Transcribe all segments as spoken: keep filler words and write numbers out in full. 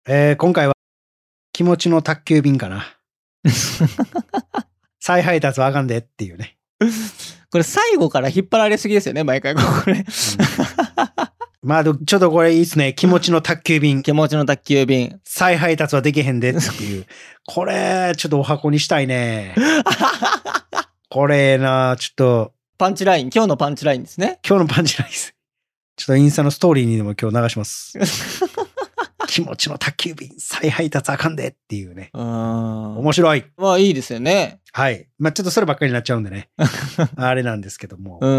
えー、今回は気持ちの宅急便かな。再配達はあかんでっていうね。 これ最後から引っ張られすぎですよね、毎回これ。うん、 まあ、ちょっとこれいいっすね。気持ちの宅急便。 気持ちの宅急便。 再配達はできへんでっていう。これ、ちょっとお箱にしたいね。これな、ちょっと。 パンチライン、今日のパンチラインですね。 今日のパンチラインです。ちょっとインスタのストーリーにでも今日流します。気持ちの宅急便、再配達あかんでっていうね。 うん。 面白い。 まあいいですよね。 はい。まあちょっとそればっかりになっちゃうんでね。あれなんですけども。 うん。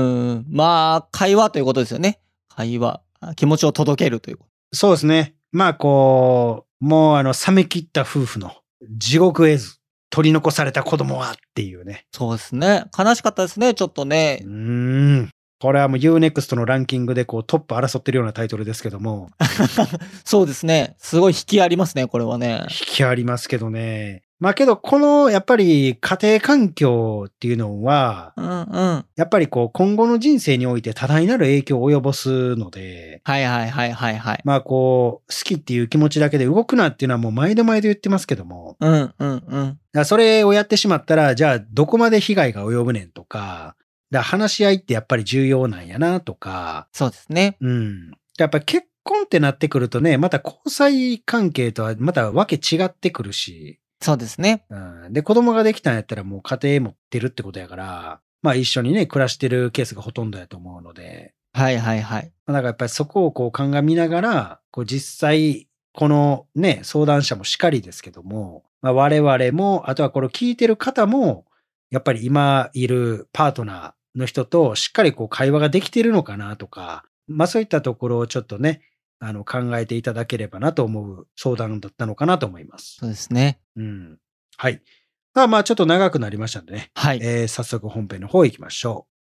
まあ、会話ということですよね。会話。気持ちを届けるということ。 そうですね。まあこう、もうあの、冷め切った夫婦の地獄絵図。取り残された子供はっていうね。 そうですね。悲しかったですね、ちょっとね。 うーん。これはもう ユーネクスト のランキングでこうトップ争ってるようなタイトルですけども。 そうですね。すごい引きありますね、これはね。 引きありますけどね。まあけど、このやっぱり家庭環境っていうのは、 うんうん。 やっぱりこう今後の人生において多大なる影響を及ぼすので。 はいはいはいはいはい。 まあこう、好きっていう気持ちだけで動くなっていうのはもう毎度毎度言ってますけども。 うんうんうん。 だそれをやってしまったら、じゃあどこまで被害が及ぶねんとか、だ話し合いってやっぱり重要なんやなとか。 そうですね。 うん。やっぱ結婚ってなってくるとね、また交際関係とはまたわけ違ってくるし。 そうですね。 うん。で、子供ができたんやったらもう家庭持ってるってことやから、まあ一緒にね、暮らしてるケースがほとんどやと思うので。 はいはいはい。 だからやっぱりそこをこう鑑みながら、こう実際、このね、相談者もしかりですけども、まあ、我々も、あとはこれを聞いてる方も、やっぱり今いるパートナーの人としっかりこう会話ができてるのかなとか、まあそういったところをちょっとね、あの考えていただければなと思う相談だったのかなと思います。 そうですね。 うん。はい。まあまあちょっと長くなりましたんでね。 はい。 えー、早速本編の方行きましょう。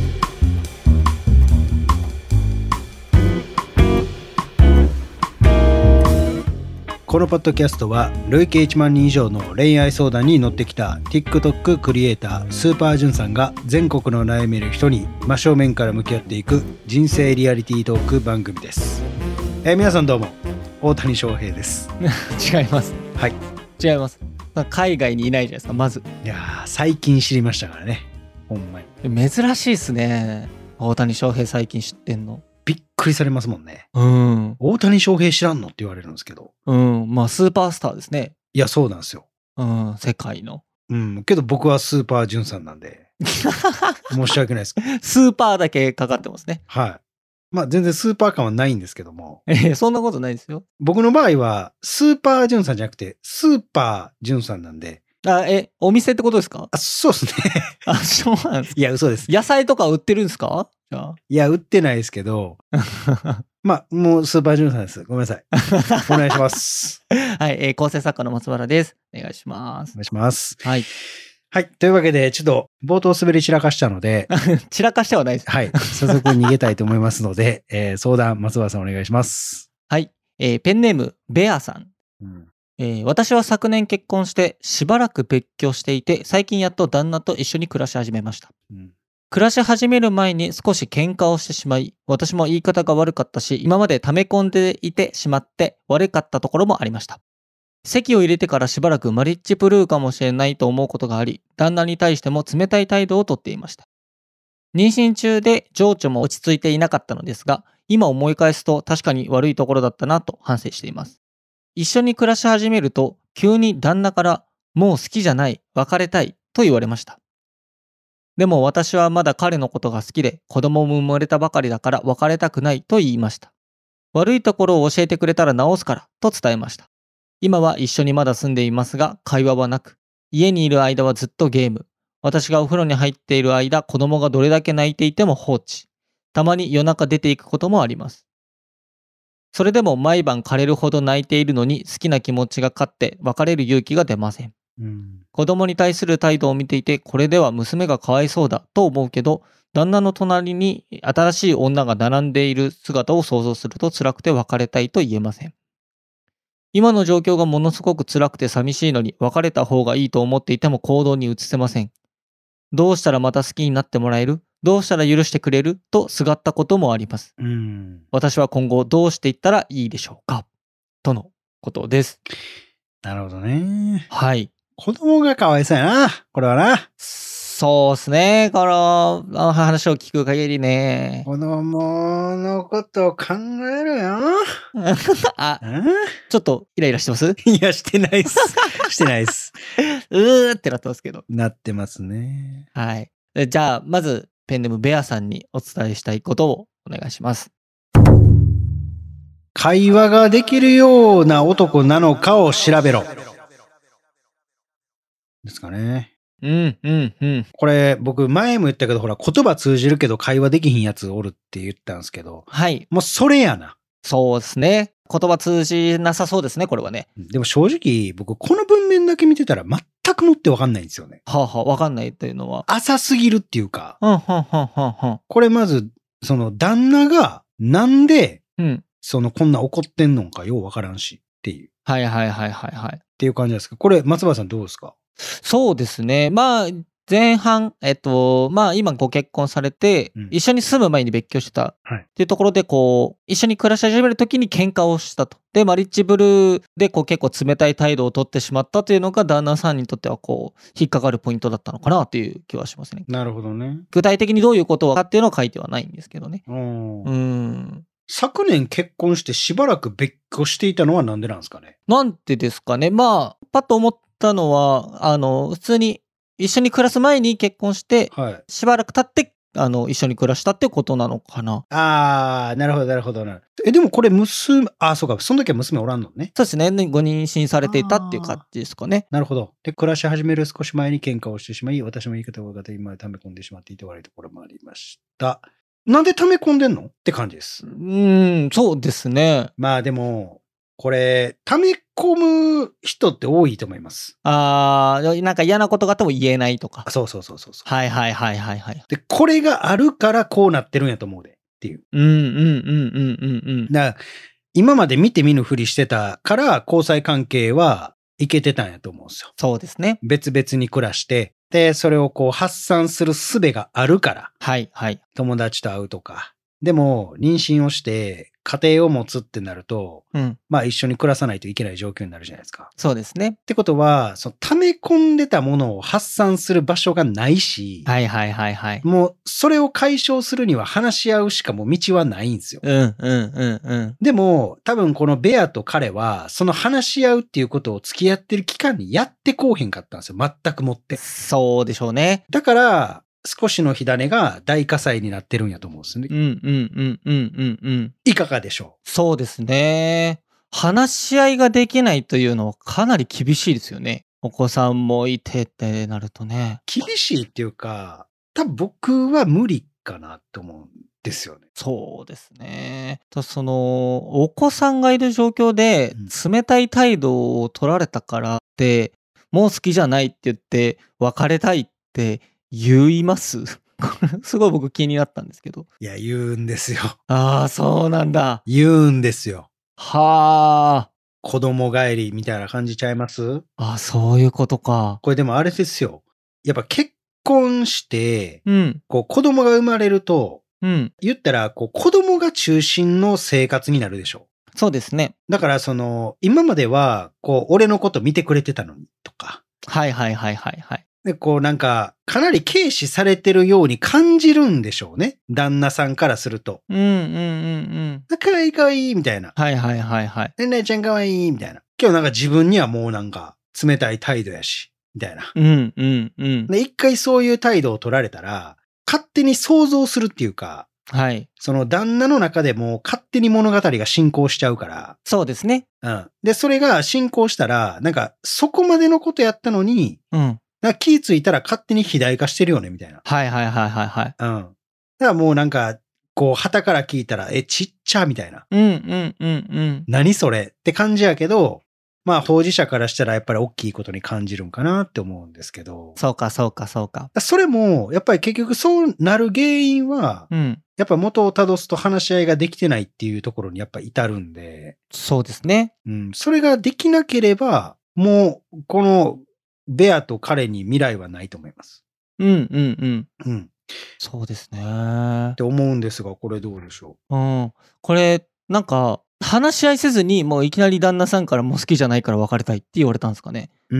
このポッドキャストは累計いちまんにん以上の恋愛相談に乗ってきた TikTok クリエイタースーパージュンさんが全国の悩める人に真正面から向き合っていく人生リアリティートーク番組です。えー、皆さんどうも、大谷翔平です。 違います。 はい。 違います。海外にいないじゃないですか、まず。 いやー、最近知りましたからね。ほんまに。珍しいっすね。大谷翔平最近知ってんの。 びっくりされますもんね。 うん。 大谷翔平知らんのって言われるんですけど。 うん。まあ、スーパースターですね。 いや、そうなんですよ。 うん、世界の。 うん。けど僕はスーパージュンさんなんで。申し訳ないです。 スーパーだけかかってますね。 はい。まあ全然スーパー感はないんですけども。 えー、そんなことないですよ。 僕の場合は、スーパージュンさんじゃなくて、スーパージュンさんなんで。 あ、え、お店ってことですか？ あ、そうですね。 あ、そうなんですか。 いや、嘘です。 野菜とか売ってるんですか？じゃあ。 いや、売ってないですけど。まあ、もうスーパージュンさんです。ごめんなさい。お願いします。 はい、えー、構成作家の松原です。お願いします。 お願いします。 はい。 はい。というわけで、ちょっと冒頭滑り散らかしたので。 散らかしてはないです。 はい。早速逃げたいと思いますので、えー、相談、松原さんお願いします。 はい。えー、ペンネーム、ベアさん。うんえー、私は昨年結婚してしばらく別居していて、最近やっと旦那と一緒に暮らし始めました。うん暮らし始める前に少し喧嘩をしてしまい、私も言い方が悪かったし、今まで溜め込んでいてしまって悪かったところもありました。籍を入れてからしばらくマリッジブルーかもしれないと思うことがあり、旦那に対しても冷たい態度をとっていました。妊娠中で情緒も落ち着いていなかったのですが、今思い返すと確かに悪いところだったなと反省しています。一緒に暮らし始めると、急に旦那からもう好きじゃない、別れたいと言われました。でも私はまだ彼のことが好きで、子供も生まれたばかりだから別れたくないと言いました。悪いところを教えてくれたら直すからと伝えました。今は一緒にまだ住んでいますが、会話はなく、家にいる間はずっとゲーム。私がお風呂に入っている間、子供がどれだけ泣いていても放置。たまに夜中出ていくこともあります。それでも毎晩枯れるほど泣いているのに好きな気持ちが勝って別れる勇気が出ません。うん、子供に対する態度を見ていて、これでは娘がかわいそうだと思うけど、旦那の隣に新しい女が並んでいる姿を想像すると辛くて別れたいと言えません。今の状況がものすごく辛くて寂しいのに別れた方がいいと思っていても行動に移せません。どうしたらまた好きになってもらえる？どうしたら許してくれる？とすがったこともあります。うん、私は今後どうしていったらいいでしょうか？とのことです。 なるほどね。 はい。 子供がかわいそうやな、これはな。 そうですね。この話を聞く限りね。 子供のことを考えるよ。 あ、ちょっとイライラしてます？ いや、してないっす。してないっす。 うーってなってますけど。 なってますね。 はい。じゃあ、まず、ペンネームベアさんにお伝えしたいことをお願いします。 会話ができるような男なのかを調べろ。ですかね。 うん、うん、うん。 これ、僕、前も言ったけど、ほら、言葉通じるけど会話できひんやつおるって言ったんですけど。 はい。 もうそれやな。 そうですね。言葉通じなさそうですね、これはね。 でも正直、僕、この文面だけ見てたら全くもってわかんないんですよね。 はあはあ、わかんないというのは。 浅すぎるっていうか。 うん、はんはんはんはん。 これまず、その、旦那が、なんで、 うん。 その、こんな怒ってんのかようわからんし、っていう。 はいはいはいはいはい。 っていう感じですか。これ、松原さんどうですか？ そうですね。まあ、前半、えっと、まあ、今ご結婚されて、 うん、 一緒に住む前に別居してたはい、 っていうところで、こう、一緒に暮らし始めるときに喧嘩をしたと。で、マリッジブルーで、こう、結構冷たい態度を取ってしまったというのが、旦那さんにとっては、こう、引っかかるポイントだったのかなという気はしますね。 なるほどね。 具体的にどういうことかっていうのは書いてはないんですけどね。 うん。 うん。 昨年結婚してしばらく別居していたのはなんでなんですかね？ なんでですかね。まあ、パッと思ったのは、あの、普通に一緒に暮らす前に結婚して、 はい。 しばらく経って、あの、一緒に暮らしたってことなのかな。 ああ、なるほど、なるほどな。え、でもこれ娘、あ、そうか、その時は娘おらんのね。 そうですね。ご妊娠されていたっていう感じですかね。 なるほど。で、暮らし始める少し前に喧嘩をしてしまい、私も言い方を分かって今まで溜め込んでしまっていて悪いところもありました。なんで溜め込んでんのって感じです。 うーん、そうですね。 まあでも、これ、溜め込む人って多いと思います。 ああ、なんか嫌なことがあっても言えないとか。 そうそうそうそうそう。 はいはいはいはいはい。 で、これがあるからこうなってるんやと思うでっていう。 うんうんうんうんうんうん。 だから今まで見て見ぬふりしてたから交際関係はいけてたんやと思うんですよ。 そうですね。 別々に暮らして、で、それをこう発散する術があるから。 はいはい。 友達と会うとか。でも、妊娠をして家庭を持つってなると、うん、まあ一緒に暮らさないといけない状況になるじゃないですか。 そうですね。 ってことは、その溜め込んでたものを発散する場所がないし、 はいはいはいはい。 もうそれを解消するには話し合うしかもう道はないんですよ。 うんうんうんうん。 でも、多分このベアと彼は、その話し合うっていうことを付き合ってる期間にやってこうへんかったんですよ。全くもって。 そうでしょうね。 だから、少しの火種が大火災になってるんやと思うんですね。 うんうんうんうんうんうん。 いかがでしょう？ そうですね。話し合いができないというのはかなり厳しいですよね。お子さんもいてってなるとね。 厳しいっていうか、多分僕は無理かなと思うんですよね。 そうですね。とその、お子さんがいる状況で冷たい態度を取られたからって、もう好きじゃないって言って別れたいって言います？すごい僕気になったんですけど。 いや、言うんですよ。 ああ、そうなんだ。 言うんですよ。 はあ。 子供帰りみたいな感じちゃいます？ ああ、そういうことか。 これでもあれですよ。やっぱ結婚して、 うん。 こう子供が生まれると、 うん。 言ったら、こう子供が中心の生活になるでしょ。 そうですね。 だからその、今までは、こう、俺のこと見てくれてたのに、とか。 はいはいはいはいはい。 で、こうなんか、かなり軽視されてるように感じるんでしょうね。旦那さんからすると。 うんうんうんうん。 かわいいかわいいみたいな。 はいはいはいはい。 ねねちゃんかわいいみたいな。今日なんか自分にはもうなんか、冷たい態度やし、みたいな。 うんうんうん。 で、一回そういう態度を取られたら、勝手に想像するっていうか、 はい。 その旦那の中でも勝手に物語が進行しちゃうから。 そうですね。 うん。で、それが進行したら、なんか、そこまでのことやったのに、 うん。 なんか気ぃついたら勝手に肥大化してるよね、みたいな。 はいはいはいはいはい。 うん。だからもうなんか、こう、旗から聞いたら、え、ちっちゃみたいな。 うんうんうんうん。 何それって感じやけど、まあ、当事者からしたらやっぱり大きいことに感じるんかなって思うんですけど。 そうかそうかそうか。 それも、やっぱり結局そうなる原因は、うん、やっぱ元をたどすと話し合いができてないっていうところにやっぱ至るんで。 そうですね。 うん。それができなければ、もう、この、ベアと彼に未来はないと思います。 うんうんうん。 うん。 そうですね。 って思うんですが、これどうでしょう。うん。これ、なんか、 話し合いせずに、もういきなり旦那さんからもう好きじゃないから別れたいって言われたんですかね。 うん。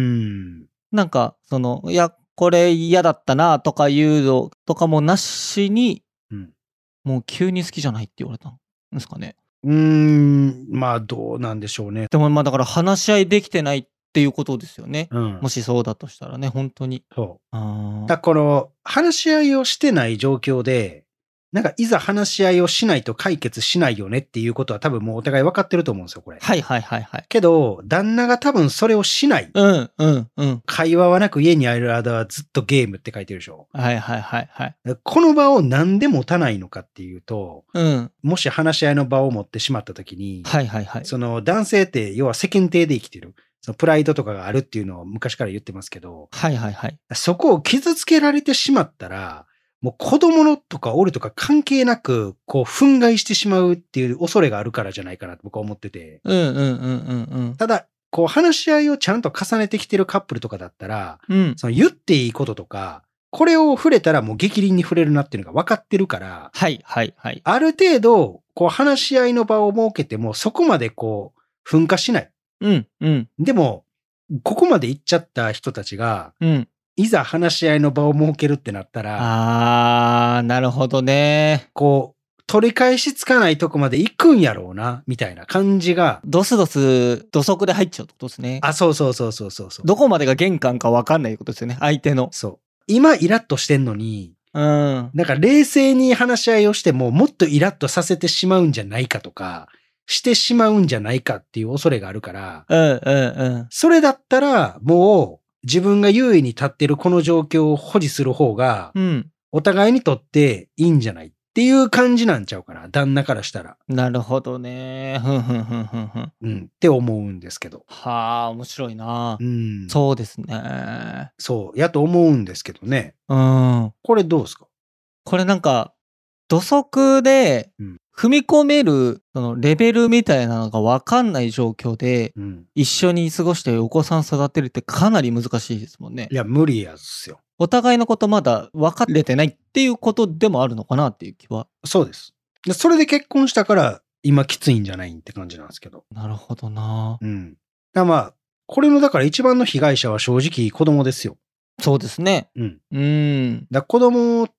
なんか、その、いや、これ嫌だったなとかいうのとかもなしに、うん、もう急に好きじゃないって言われたんですかね。 うーん、まあどうなんでしょうね。 でもまあだから話し合いできてないっていうことですよね。うん、もしそうだとしたらね、本当に。 そう。あだこの話し合いをしてない状況で、なんかいざ話し合いをしないと解決しないよねっていうことは多分もうお互い分かってると思うんですよ、これ。 はいはいはいはい。 けど、旦那が多分それをしない。 うんうんうん。 会話はなく家にある間はずっとゲームって書いてるでしょ。 はいはいはいはい。 この場を何で持たないのかっていうと、 うん、もし話し合いの場を持ってしまった時に、 はいはいはい。 その男性って要は世間体で生きてる。そのプライドとかがあるっていうのを昔から言ってますけど、 はいはいはい。 そこを傷つけられてしまったら、もう子供のとかおるとか関係なく、こう、憤慨してしまうっていう恐れがあるからじゃないかなと僕は思ってて。 うんうんうんうんうん。 ただ、こう、話し合いをちゃんと重ねてきてるカップルとかだったら、 うん、 その言っていいこととか、これを触れたらもう激鱗に触れるなっていうのが分かってるから、 はいはいはい。 ある程度、こう、話し合いの場を設けても、そこまでこう、噴火しない。 うんうん。 でも、ここまで行っちゃった人たちが、うん、いざ話し合いの場を設けるってなったら、 あー、なるほどね。 こう、取り返しつかないとこまで行くんやろうな、みたいな感じが。 ドスドス、土足で入っちゃうってことですね。 あ、そうそうそうそうそう。 どこまでが玄関か分かんないことですよね、相手の。 そう。今イラッとしてんのに、 うん。 なんか冷静に話し合いをしても、もっとイラッとさせてしまうんじゃないかとか、してしまうんじゃないかっていう恐れがあるから、 うんうんうん。 それだったら、もう、自分が優位に立ってるこの状況を保持する方が、うん、お互いにとっていいんじゃないっていう感じなんちゃうかな、旦那からしたら。 なるほどね。ふんふんふんふんふん。 うん、って思うんですけど。 はあ、面白いな。 うん。 そうですね。 そう、やと思うんですけどね。 うん。 これどうですか？ これなんか、土足で、踏み込める、そのレベルみたいなのが分かんない状況で、うん、一緒に過ごしてお子さん育てるってかなり難しいですもんね。 いや、無理やっすよ。 お互いのことまだ分かれてないっていうことでもあるのかなっていう気は。 そうです。でそれで結婚したから、今きついんじゃないって感じなんですけど。 なるほどな。 うん。だまあ、これのだから一番の被害者は正直子供ですよ。 そうですね。 うん。うん。だ子供って、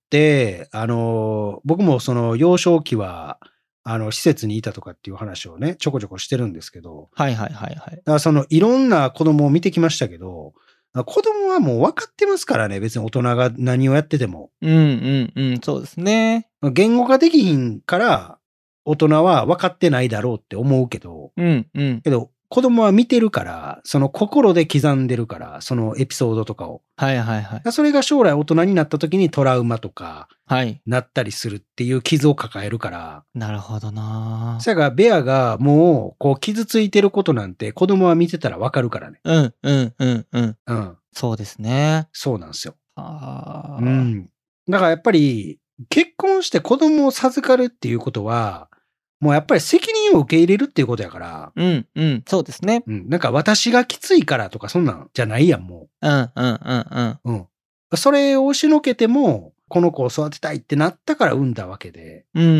あの、僕もその幼少期は、あの、施設にいたとかっていう話をね、ちょこちょこしてるんですけど。 はいはいはいはい。だからそのいろんな子供を見てきましたけど、子供はもう分かってますからね、別に大人が何をやってても。 うんうんうん、そうですね。 言語化できひんから、大人は分かってないだろうって思うけど、 うんうん。 けど、子供は見てるから、その心で刻んでるから、そのエピソードとかを。 はいはいはい。 それが将来大人になった時にトラウマとか、 はい。 なったりするっていう傷を抱えるから。 なるほどな。 そやからベアがもう、こう傷ついてることなんて子供は見てたらわかるからね。 うんうんうんうん。 うん。 そうですね。 そうなんですよ。 ああ。 うん。だからやっぱり、結婚して子供を授かるっていうことは、もうやっぱり責任を受け入れるっていうことやから。 うんうん。そうですね。 うん。なんか私がきついからとかそんなんじゃないやん、もう。うんうんうんうん。 うん。それを押しのけても、この子を育てたいってなったから産んだわけで。 うんうん。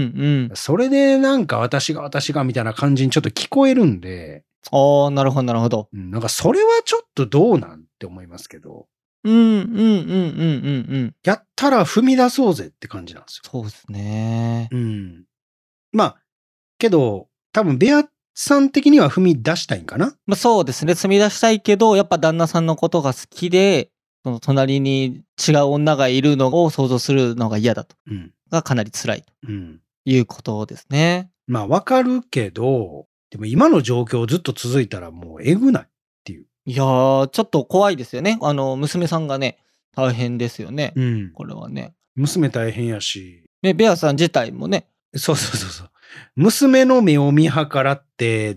それでなんか私が私がみたいな感じにちょっと聞こえるんで。 ああ、なるほどなるほど。 うん。なんかそれはちょっとどうなんって思いますけど。 うんうんうんうんうんうん。 やったら踏み出そうぜって感じなんですよ。 そうですね。 うん。まあ、けど、多分ベアさん的には踏み出したいんかな？ まあそうですね。踏み出したいけど、やっぱ旦那さんのことが好きで、その隣に違う女がいるのを想像するのが嫌だと。うん。がかなり辛いと。うん。いうことですね。 まあわかるけど、でも今の状況ずっと続いたらもうえぐないっていう。 いやー、ちょっと怖いですよね。あの、娘さんがね、大変ですよね。うん。これはね。 娘大変やし。 ね、ベアさん自体もね。 そうそうそうそう。娘の目を見計らって、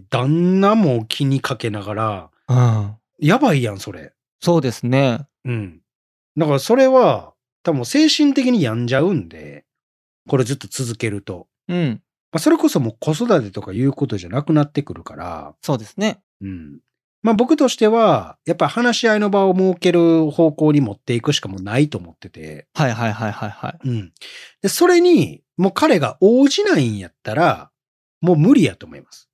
旦那も気にかけながら、うん。やばいやん、それ。 そうですね。 うん。だからそれは、多分精神的に病んじゃうんで、これずっと続けると。うん。まあ、それこそもう子育てとかいうことじゃなくなってくるから。 そうですね。 うん。まあ僕としては、やっぱ話し合いの場を設ける方向に持っていくしかもうないと思ってて。 はいはいはいはいはい。 うん。で、それに、もう彼が応じないんやったら、もう無理やと思います。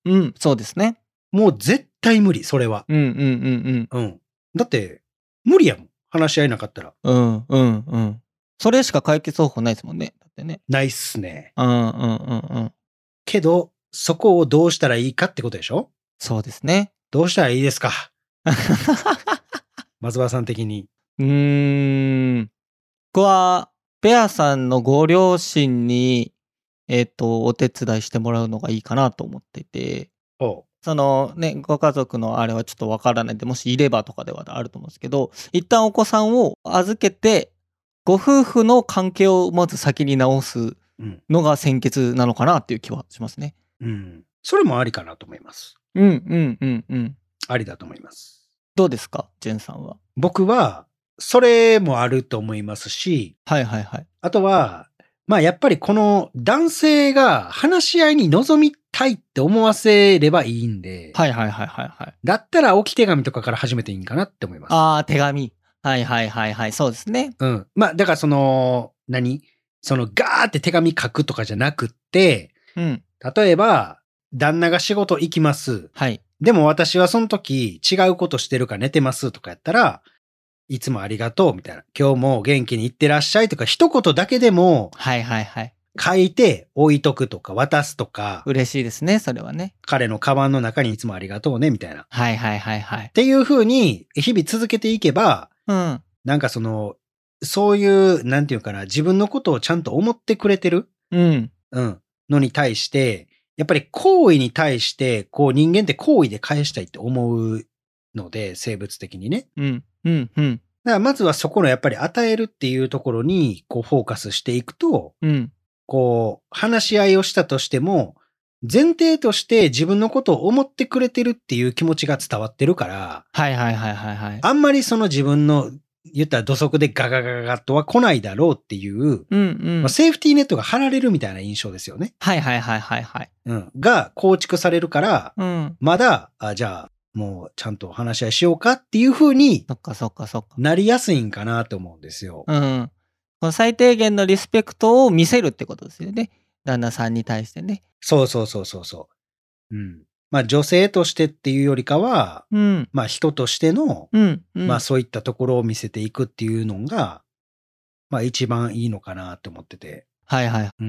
うん、そうですね。 もう絶対無理、それは。 うんうんうんうん。うん。だって、無理やもん。話し合いなかったら。 うんうんうん。それしか解決方法ないですもんね。だってね。 ないっすね。 うんうんうんうん。 けど、そこをどうしたらいいかってことでしょ？ そうですね。 どうしたらいいですか？松葉さん的に。 うーん。僕は、ベアさんのご両親に、えっと、お手伝いしてもらうのがいいかなと思ってて、 おう。 そのね、ご家族のあれはちょっとわからないんで、もしいればとかではあると思うんですけど、一旦お子さんを預けて、ご夫婦の関係をまず先に直すうん。 のが先決なのかなっていう気はしますね。 うん。それもありかなと思います。 うんうんうんうん。 ありだと思います。 どうですか、ジェンさんは。 僕は、それもあると思いますし、 はいはいはい。 あとは、まあやっぱりこの男性が話し合いに臨みたいって思わせればいいんで、 はいはいはいはいはい。 だったら置き手紙とかから始めていいんかなって思います。 ああ、手紙。はいはいはいはい。そうですね。 うん。まあだからその、何そのガーって手紙書くとかじゃなくって、 うん。 例えば、旦那が仕事行きます。 はい。 でも私はその時違うことしてるか寝てますとかやったら、いつもありがとうみたいな。今日も元気に行ってらっしゃいとか一言だけでもはいはいはい。 書いて置いとくとか渡すとか、 嬉しいですね、それはね。 彼のカバンの中にいつもありがとうねみたいな。っはいはいはいはい。 ていう風に日々続けていけば、 うん。 なんかその、そういう、なんていうかな、自分のことをちゃんと思ってくれてる、 うん。 うん、のに対して、やっぱり行為に対して、こう人間って行為で返したいって思うので、生物的にね。 うん。うん。うん。 だからまずはそこのやっぱり与えるっていうところに、こうフォーカスしていくと、 うん。 こう、話し合いをしたとしても、前提として自分のことを思ってくれてるっていう気持ちが伝わってるから、 はいはいはいはいはい。 あんまりその自分の言ったら土足でガガガガガとは来ないだろうっていう、 うんうん。 まあ、セーフティーネットが張られるみたいな印象ですよね。 はいはいはいはいはい。 うん。が構築されるから、 うん。 まだ、あ、じゃあ、もうちゃんと話し合いしようかっていう風にそっかそっかそっか。 なりやすいんかなと思うんですよ。 うん。この最低限のリスペクトを見せるってことですよね。旦那さんに対してね。 そうそうそうそうそう。うん。まあ女性としてっていうよりかは、 うん。 まあ人としての、 うん。うん。 まあそういったところを見せていくっていうのが、まあ一番いいのかなと思ってて。 はいはい。 うん。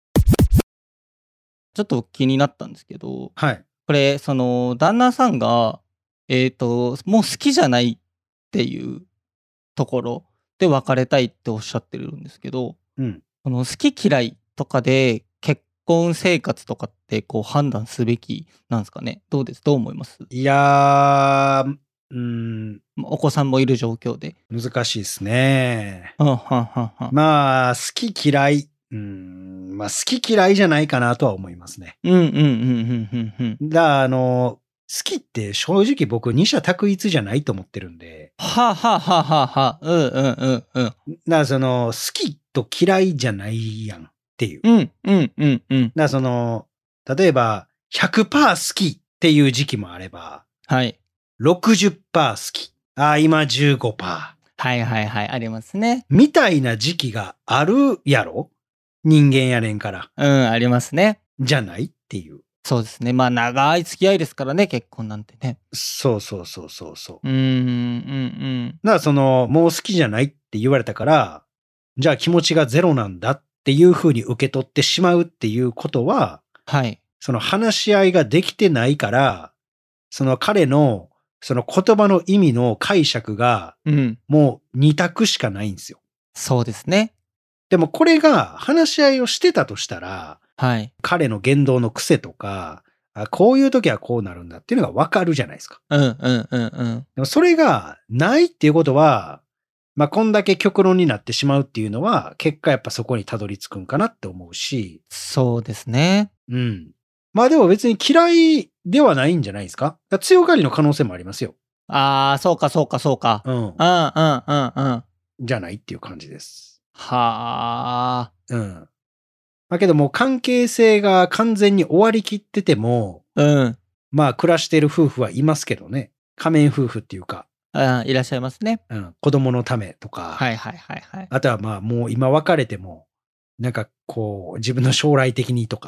ちょっと気になったんですけど、 はい。 これ、その、旦那さんが、えっと、もう好きじゃないっていうところで別れたいっておっしゃってるんですけど、 うん。 その好き嫌いとかで結婚生活とかってこう判断すべきなんですかね？どうです？どう思います？ いやー、うーん、 お子さんもいる状況で。 難しいですね。 はんはんはんはん。 まあ、好き嫌い。うーん、まあ好き嫌いじゃないかなとは思いますね。 うんうんうんうんうんうん。 だ、あの、好きって正直僕二者択一じゃないと思ってるんで。 はあはあはあはあはあ。うんうんうんうん。 だからその、好きと嫌いじゃないやんっていう。 うんうんうんうん。 だからその、例えばひゃくパーセント好きっていう時期もあれば、 はい。 ろくじゅっパーセント好き。ああ、今 じゅうごパーセント。 はいはいはい、ありますね。 みたいな時期があるやろ？人間やねんから。 うん、ありますね。 じゃないっていう。 そうですね。まあ、長い付き合いですからね、結婚なんてね。 そうそうそうそうそう。 うーん、うんうん。 だからその、もう好きじゃないって言われたから、じゃあ気持ちがゼロなんだっていう風に受け取ってしまうっていうことは、 はい。 その話し合いができてないから、その彼のその言葉の意味の解釈が、 うん。 もう二択しかないんですよ。 そうですね。 でもこれが話し合いをしてたとしたら、 はい。 彼の言動の癖とか、あ、こういう時はこうなるんだっていうのがわかるじゃないですか。 うんうんうんうん。 でもそれがないっていうことは、まあ、こんだけ極論になってしまうっていうのは、結果やっぱそこにたどり着くんかなって思うし、 そうですね。 うん。まあでも別に嫌いではないんじゃないですか？だから強がりの可能性もありますよ。 ああ、そうかそうかそうか。 うん。 うんうんうんうん。 じゃないっていう感じです。 はあ。 うん。まあけどもう関係性が完全に終わりきってても、 うん。 まあ暮らしている夫婦はいますけどね。仮面夫婦っていうか、 あいらっしゃいますね。 うん、子供のためとか、 はいはいはいはい。 あとはまあもう今別れても、なんかこう自分の将来的にとかっ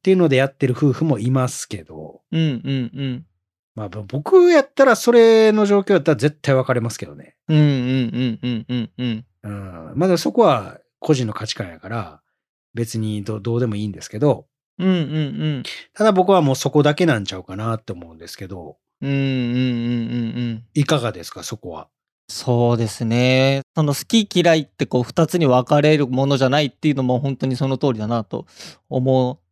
っていうのでやってる夫婦もいますけど。 うんうんうん。 まあ僕やったらそれの状況だったら絶対別れますけどね。 うんうんうんうんうんうん。 うん。まだそこは個人の価値観やから、別に ど, どうでもいいんですけど。 うんうんうん。 ただ僕はもうそこだけなんちゃうかなって思うんですけど。 うんうんうんうんうん。 いかがですか、そこは。 そうですね。その好き嫌いってこう二つに分かれるものじゃないっていうのも本当にその通りだなと思って、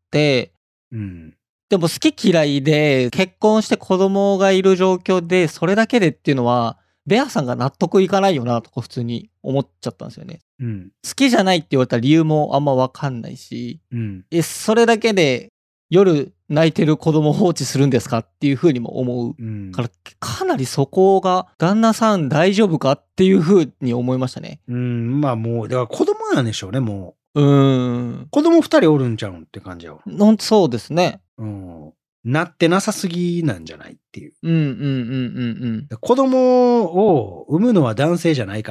うん。 でも好き嫌いで結婚して子供がいる状況でそれだけでっていうのは、ベアさんが納得いかないよなとか普通に思っちゃったんですよね。 うん。 好きじゃないって言われたら理由もあんま分かんないし、 うん。 え、それだけで夜泣いてる子供を放置するんですかっていうふうにも思うから、かなりそこが旦那さん大丈夫かっていうふうに思いましたね。 うん、まあもう、だから子供なんでしょうね、もう。うーん。 子供二人おるんちゃうんって感じやわ。 ほんとそうですね。 うん。なってなさすぎなんじゃないっていう。 うんうんうんうんうん。 子供を産むのは男性じゃないから、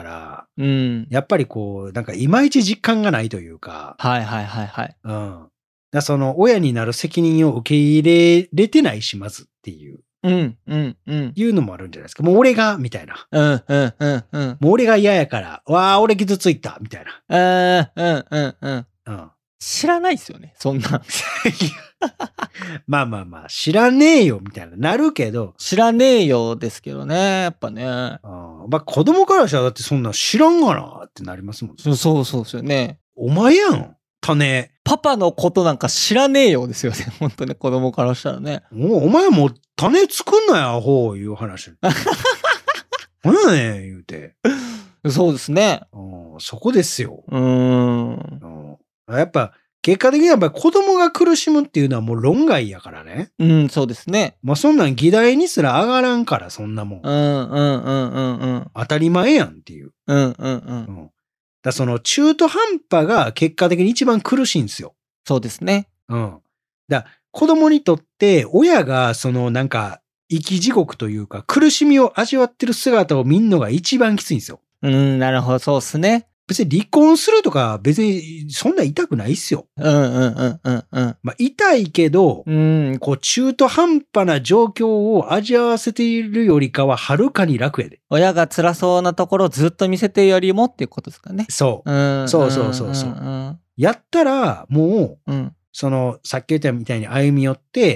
うん。 やっぱりこう、なんかいまいち実感がないというか。 はいはいはいはい。 うん。だその親になる責任を受け入れれてないし、まずっていう。 うんうんうん。 いうのもあるんじゃないですか。もう俺が、みたいな。 うんうんうんうん。 もう俺が嫌やから、わあ、俺傷ついた、みたいな。 うんうんうんうん。 うん。 知らないっすよね、そんな。 まあまあまあ、知らねえよ、みたいな、なるけど。 知らねえよですけどね、やっぱね。あまあ子供からしたらだってそんな知らんがなってなりますもんね。 そうそうそうですよね。 お前やん、種。 パパのことなんか知らねえよですよね、本当ね、子供からしたらね。 もうお前も種作んなよ、アホ、いう話。何やねん、言うて。 そうですね。 うん、そこですよ。 うーん。 うん、やっぱ、結果的にやっぱ子供が苦しむっていうのはもう論外やからね。 うん、そうですね。 まあそんなん議題にすら上がらんから、そんなもん。 うんうんうんうんうん。 当たり前やんっていう。 うんうんうん。うん、 だその中途半端が結果的に一番苦しいんですよ。 そうですね。 うん。だ子供にとって親がそのなんか生き地獄というか苦しみを味わってる姿を見んのが一番きついんですよ。 うん、なるほど、そうっすね。 別に離婚するとか別にそんな痛くないっすよ。 うんうんうんうんうん。 まあ痛いけど、 うん、 こう中途半端な状況を味わわせているよりかははるかに楽やで。 親が辛そうなところをずっと見せてよりもっていうことですかね。 そう。 うん、 そうそうそうそう。 うん、 やったらもう、 うん、 そのさっき言ったみたいに歩み寄って、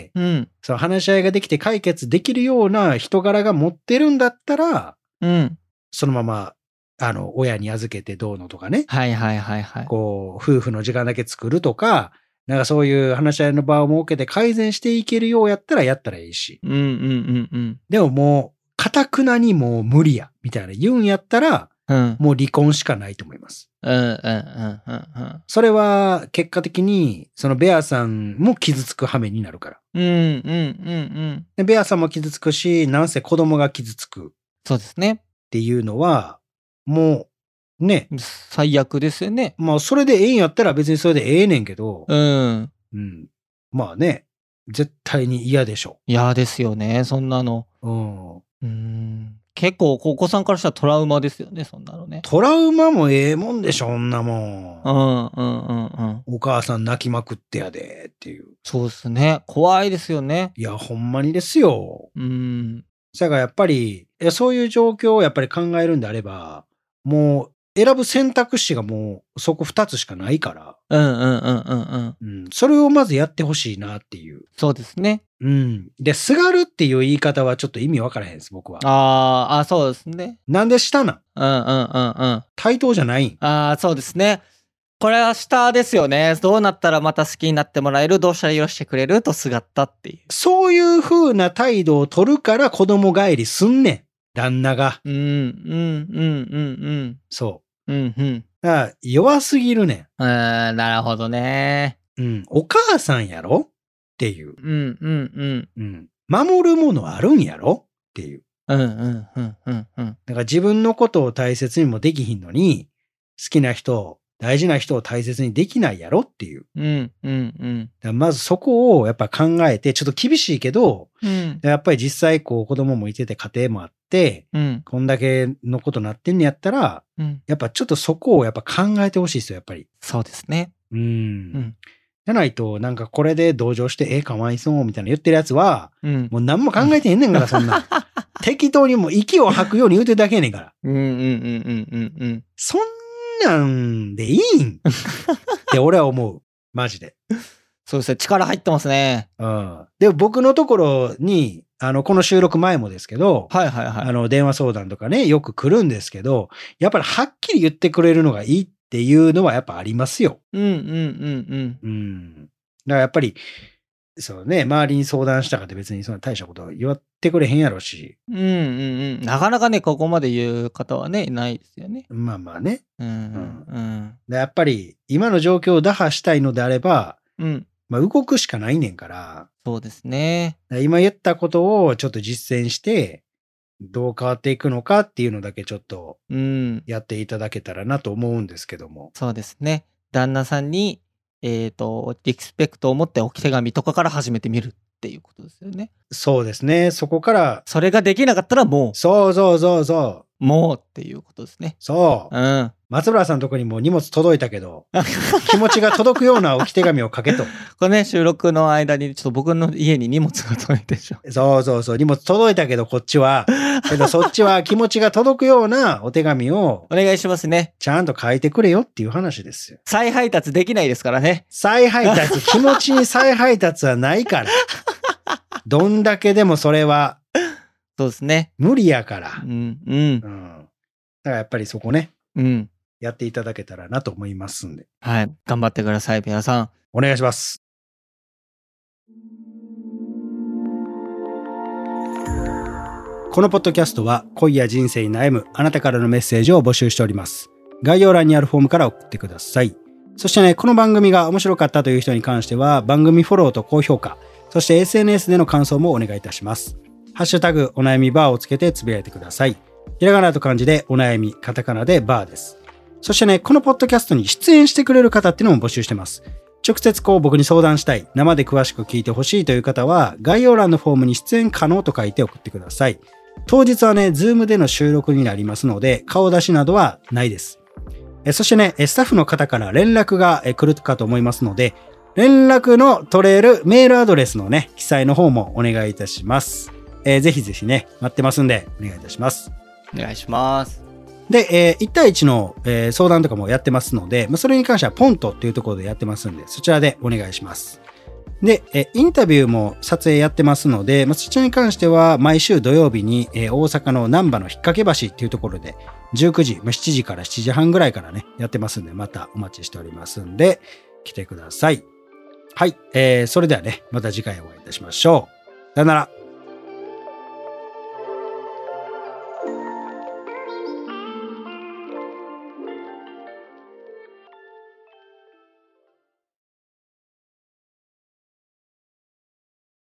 うん、 その話し合いができて解決できるような人柄が持ってるんだったら、 うん。 そのまま、あの、親に預けてどうのとかね。 はいはいはいはい。 こう、夫婦の時間だけ作るとか、なんかそういう話し合いの場を設けて改善していけるようやったらやったらいいし。 うんうんうんうん。 でももう、堅くなにもう無理や、みたいな言うんやったら、うん、もう離婚しかないと思います。 うんうんうんうんうん。 それは結果的に、そのベアさんも傷つく羽目になるから。 うんうんうんうん。 でベアさんも傷つくし、なんせ子供が傷つく。 そうですね。 っていうのは、もう、ね。 最悪ですよね。 まあ、それでええんやったら別にそれでええねんけど。 うん。 うん。まあね。絶対に嫌でしょ。 嫌ですよね、そんなの。 うん。 うん。結構、お子さんからしたらトラウマですよね、そんなのね。 トラウマもええもんでしょ、そんなもん。 うんうんうんうん。 お母さん泣きまくってやで、っていう。 そうですね。怖いですよね。 いや、ほんまにですよ。 うん。 だからやっぱり、そういう状況をやっぱり考えるんであれば、もう、選ぶ選択肢がもうそこ二つしかないから。 うんうんうんうんうん。 うん。それをまずやってほしいなっていう。 そうですね。 うん。で、すがるっていう言い方はちょっと意味わからへんです、僕は。 ああ、あ、そうですね。 なんで下なんうんうんうんうん。 対等じゃないんああ、そうですね。これは下ですよね。どうなったらまた好きになってもらえる、どうしたら許してくれるとすがったっていう。 そういう風な態度を取るから子供帰りすんねん。旦那が。 うん、うん、うん、うん、うん。 そう。 うん、うん。 だから弱すぎるねん。うん、なるほどね。 うん。お母さんやろっていう。 うん、うん、うん。 うん。守るものあるんやろっていう。 うん、うん、うん、うん、うん。 だから自分のことを大切にもできひんのに、好きな人、大事な人を大切にできないやろっていう。 うん、うん、 うん。まずそこをやっぱ考えて、ちょっと厳しいけど、 うん、 やっぱり実際こう子供もいてて家庭もあって、うん、こんだけのことなってんねやったら、うん、やっぱちょっとそこをやっぱ考えてほしいですよ、やっぱり。 そうですね。 うん。うん、 じゃないと、なんかこれで同情して、え、かわいそうみたいな言ってるやつは、 うん、 もう何も考えてへんねんから、そんな。適当にもう息を吐くように言うてるだけやねんから。 うんうんうんうんうんうん。 そんなんでいいんって俺は思う。マジで。 そうですね。力入ってますね。 うん。で、僕のところに、あの、この収録前もですけど、 はいはいはい。 あの、電話相談とかね、よく来るんですけど、やっぱりはっきり言ってくれるのがいいっていうのはやっぱありますよ。 うんうんうんうん。 うん。だからやっぱり、そうね、周りに相談したかって別にそんな大したこと言ってくれへんやろし。 うんうんうん。なかなかね、ここまで言う方はね、いないですよね。 まあまあね。 うんうん。 でやっぱり、今の状況を打破したいのであれば、 うん。 まあ動くしかないねんから。 そうですね。 今言ったことをちょっと実践して、どう変わっていくのかっていうのだけちょっと、やっていただけたらなと思うんですけども。うん、 そうですね。旦那さんに、えっと、リスペクトを持って置き手紙とかから始めてみるっていうことですよね。 そうですね。そこから。 それができなかったらもう。 そうそうそうそう。 もうっていうことですね。 そう。うん。松村さんのとこにも荷物届いたけど、気持ちが届くような置き手紙を書けと。 これね、収録の間にちょっと僕の家に荷物が届いてでしょ。 そうそうそう。荷物届いたけど、こっちは。けどそっちは気持ちが届くようなお手紙を。 お願いしますね。 ちゃんと書いてくれよっていう話ですよ。 再配達できないですからね。 再配達、気持ちに再配達はないから。どんだけでもそれは。 そうですね。 無理やから。 うん、うん。うん。だからやっぱりそこね。 うん。 やっていただけたらなと思いますんで。 はい。頑張ってください、ベアさん。 お願いします。このポッドキャストは恋や人生に悩むあなたからのメッセージを募集しております。概要欄にあるフォームから送ってください。そしてね、この番組が面白かったという人に関しては番組フォローと高評価、そして エスエヌエス での感想もお願いいたします。ハッシュタグお悩みバーをつけてつぶやいてください。ひらがなと漢字でお悩み、カタカナでバーです。そしてね、このポッドキャストに出演してくれる方っていうのも募集してます。直接こう僕に相談したい、生で詳しく聞いてほしいという方は、概要欄のフォームに出演可能と書いて送ってください。当日はね、ズームでの収録になりますので、顔出しなどはないです。えそしてね、スタッフの方から連絡が来るかと思いますので、連絡の取れるメールアドレスのね、記載の方もお願いいたします。えー、ぜひぜひね、待ってますんで、お願いいたします。 お願いします。 で、えー、いち対いちの、えー、相談とかもやってますので、まあ、それに関してはポントっていうところでやってますんで、そちらでお願いします。で、えー、インタビューも撮影やってますので、まあ、そちらに関しては毎週土曜日に、えー、大阪の難波の引っ掛け橋っていうところで、じゅうくじ、まあ、しちじからしちじはんぐらいからね、やってますんで、またお待ちしておりますんで、来てください。はい、えー、それではね、また次回お会いいたしましょう。さよなら。